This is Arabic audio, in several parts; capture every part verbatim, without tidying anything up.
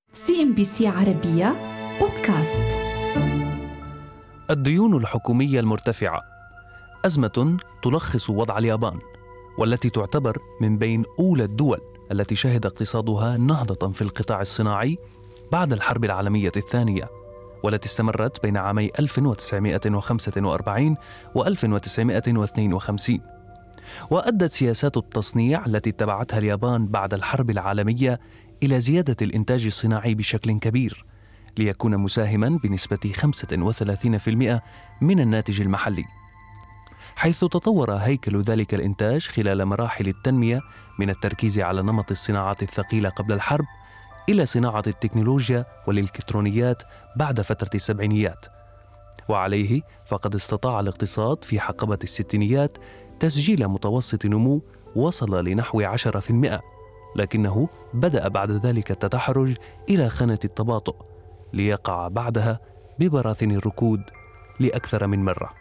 سي إم بي سي عربية بودكاست. الديون الحكومية المرتفعة أزمة تلخص وضع اليابان، والتي تعتبر من بين أولى الدول التي شهد اقتصادها نهضة في القطاع الصناعي بعد الحرب العالمية الثانية، والتي استمرت بين عامي ألف وتسعمائة وخمسة وأربعين و ألف وتسعمائة واثنين وخمسين. وأدت سياسات التصنيع التي اتبعتها اليابان بعد الحرب العالمية إلى زيادة الإنتاج الصناعي بشكل كبير، ليكون مساهماً بنسبة خمسة وثلاثين بالمئة من الناتج المحلي، حيث تطور هيكل ذلك الإنتاج خلال مراحل التنمية من التركيز على نمط الصناعات الثقيلة قبل الحرب إلى صناعة التكنولوجيا والإلكترونيات بعد فترة السبعينيات. وعليه فقد استطاع الاقتصاد في حقبة الستينيات تسجيل متوسط نمو وصل لنحو عشرة بالمئة، لكنه بدأ بعد ذلك التدحرج إلى خانة التباطؤ، ليقع بعدها ببراثن الركود لأكثر من مرة.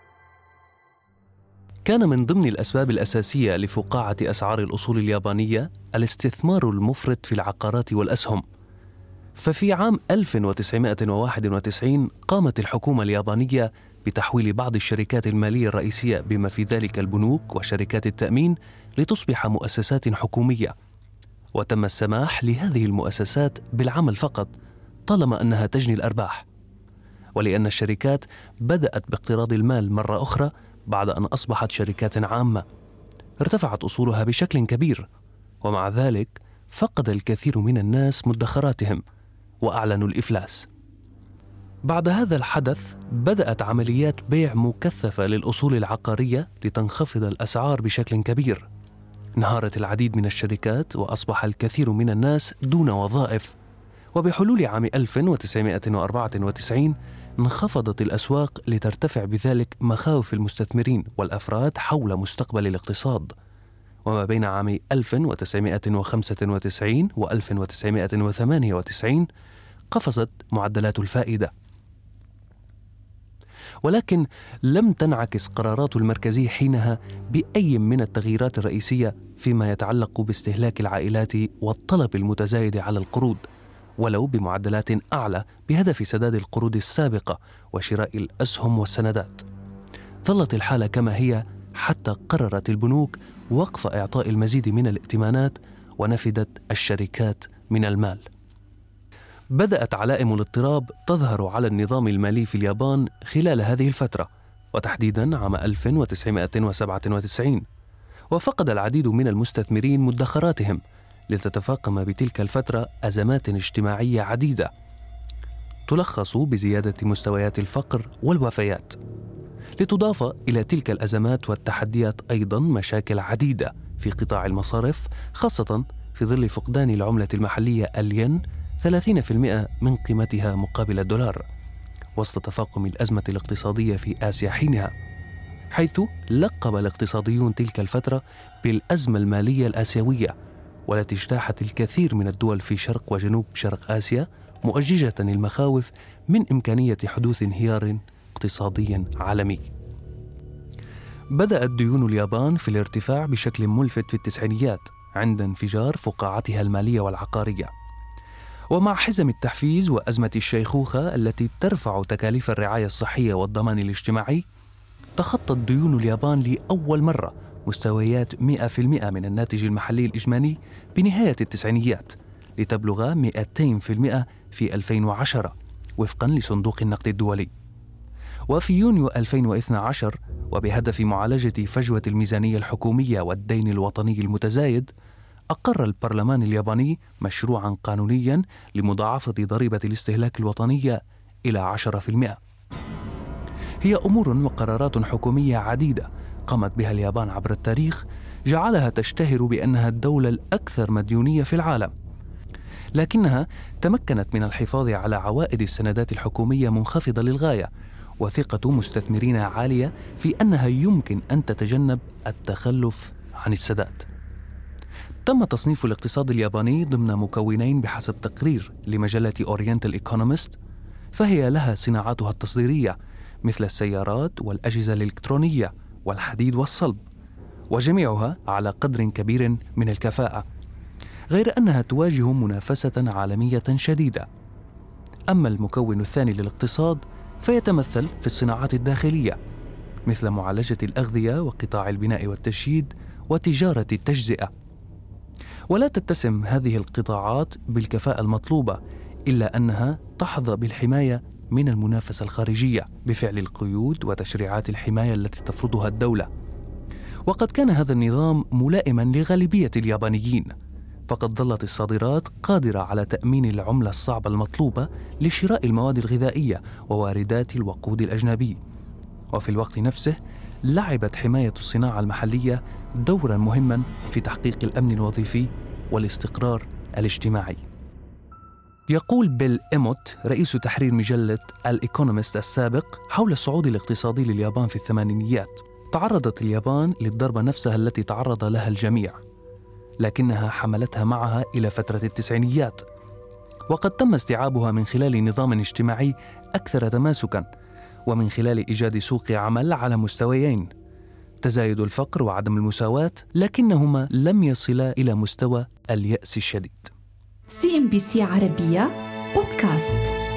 كان من ضمن الأسباب الأساسية لفقاعة أسعار الأصول اليابانية الاستثمار المفرط في العقارات والأسهم. ففي عام ألف وتسعمائة وواحد وتسعين قامت الحكومة اليابانية بتحويل بعض الشركات المالية الرئيسية بما في ذلك البنوك وشركات التأمين لتصبح مؤسسات حكومية، وتم السماح لهذه المؤسسات بالعمل فقط طالما أنها تجني الأرباح. ولأن الشركات بدأت باقتراض المال مرة أخرى بعد أن أصبحت شركات عامة، ارتفعت أصولها بشكل كبير، ومع ذلك فقد الكثير من الناس مدخراتهم وأعلنوا الإفلاس. بعد هذا الحدث بدأت عمليات بيع مكثفة للأصول العقارية لتنخفض الأسعار بشكل كبير. انهارت العديد من الشركات وأصبح الكثير من الناس دون وظائف، وبحلول عام ألف وتسعمائة وأربعة وتسعين انخفضت الأسواق لترتفع بذلك مخاوف المستثمرين والأفراد حول مستقبل الاقتصاد. وما بين عامي ألف وتسعمائة وخمسة وتسعين و ألف وتسعمائة وثمانية وتسعين قفزت معدلات الفائدة، ولكن لم تنعكس قرارات المركزي حينها بأي من التغييرات الرئيسية فيما يتعلق باستهلاك العائلات والطلب المتزايد على القروض، ولو بمعدلات أعلى بهدف سداد القروض السابقة وشراء الأسهم والسندات. ظلت الحالة كما هي حتى قررت البنوك وقف إعطاء المزيد من الائتمانات ونفدت الشركات من المال. بدأت علائم الاضطراب تظهر على النظام المالي في اليابان خلال هذه الفترة، وتحديداً عام ألف وتسعمائة وسبعة وتسعين، وفقد العديد من المستثمرين مدخراتهم، لتتفاقم بتلك الفترة أزمات اجتماعية عديدة تلخص بزيادة مستويات الفقر والوفيات. لتضاف إلى تلك الأزمات والتحديات أيضاً مشاكل عديدة في قطاع المصارف، خاصة في ظل فقدان العملة المحلية الين ثلاثين بالمئة من قيمتها مقابل الدولار، وسط تفاقم الأزمة الاقتصادية في آسيا حينها، حيث لقب الاقتصاديون تلك الفترة بالأزمة المالية الآسيوية، والتي اجتاحت الكثير من الدول في شرق وجنوب شرق آسيا، مؤججة المخاوف من إمكانية حدوث انهيار اقتصادي عالمي. بدأت ديون اليابان في الارتفاع بشكل ملفت في التسعينيات عند انفجار فقاعتها المالية والعقارية، ومع حزم التحفيز وأزمة الشيخوخة التي ترفع تكاليف الرعاية الصحية والضمان الاجتماعي، تخطت ديون اليابان لأول مرة مستويات مئة بالمئة من الناتج المحلي الإجمالي بنهاية التسعينيات، لتبلغ مئتين بالمئة في ألفين وعشرة وفقاً لصندوق النقد الدولي. وفي يونيو ألفين واثني عشر، وبهدف معالجة فجوة الميزانية الحكومية والدين الوطني المتزايد، أقر البرلمان الياباني مشروعاً قانونياً لمضاعفة ضريبة الاستهلاك الوطنية إلى عشرة بالمئة. هي أمور وقرارات حكومية عديدة قامت بها اليابان عبر التاريخ جعلها تشتهر بأنها الدولة الأكثر مديونية في العالم، لكنها تمكنت من الحفاظ على عوائد السندات الحكومية منخفضة للغاية، وثقة مستثمرين عالية في أنها يمكن أن تتجنب التخلف عن السداد. تم تصنيف الاقتصاد الياباني ضمن مكونين بحسب تقرير لمجلة أورينتال إيكونومست، فهي لها صناعاتها التصديرية مثل السيارات والأجهزة الإلكترونية والحديد والصلب، وجميعها على قدر كبير من الكفاءة. غير أنها تواجه منافسة عالمية شديدة. أما المكون الثاني للاقتصاد فيتمثل في الصناعات الداخلية مثل معالجة الأغذية وقطاع البناء والتشييد وتجارة التجزئة. ولا تتسم هذه القطاعات بالكفاءة المطلوبة، إلا أنها تحظى بالحماية من المنافسة الخارجية بفعل القيود وتشريعات الحماية التي تفرضها الدولة. وقد كان هذا النظام ملائما لغالبية اليابانيين، فقد ظلت الصادرات قادرة على تأمين العملة الصعبة المطلوبة لشراء المواد الغذائية وواردات الوقود الأجنبي. وفي الوقت نفسه لعبت حماية الصناعة المحلية دورا مهما في تحقيق الأمن الوظيفي والاستقرار الاجتماعي. يقول بيل إيموت رئيس تحرير مجلة الإيكونومست السابق حول الصعود الاقتصادي لليابان في الثمانينيات: تعرضت اليابان للضربة نفسها التي تعرض لها الجميع، لكنها حملتها معها إلى فترة التسعينيات، وقد تم استيعابها من خلال نظام اجتماعي أكثر تماسكاً، ومن خلال إيجاد سوق عمل على مستويين: تزايد الفقر وعدم المساواة، لكنهما لم يصلا إلى مستوى اليأس الشديد. سي إم بي سي عربية بودكاست.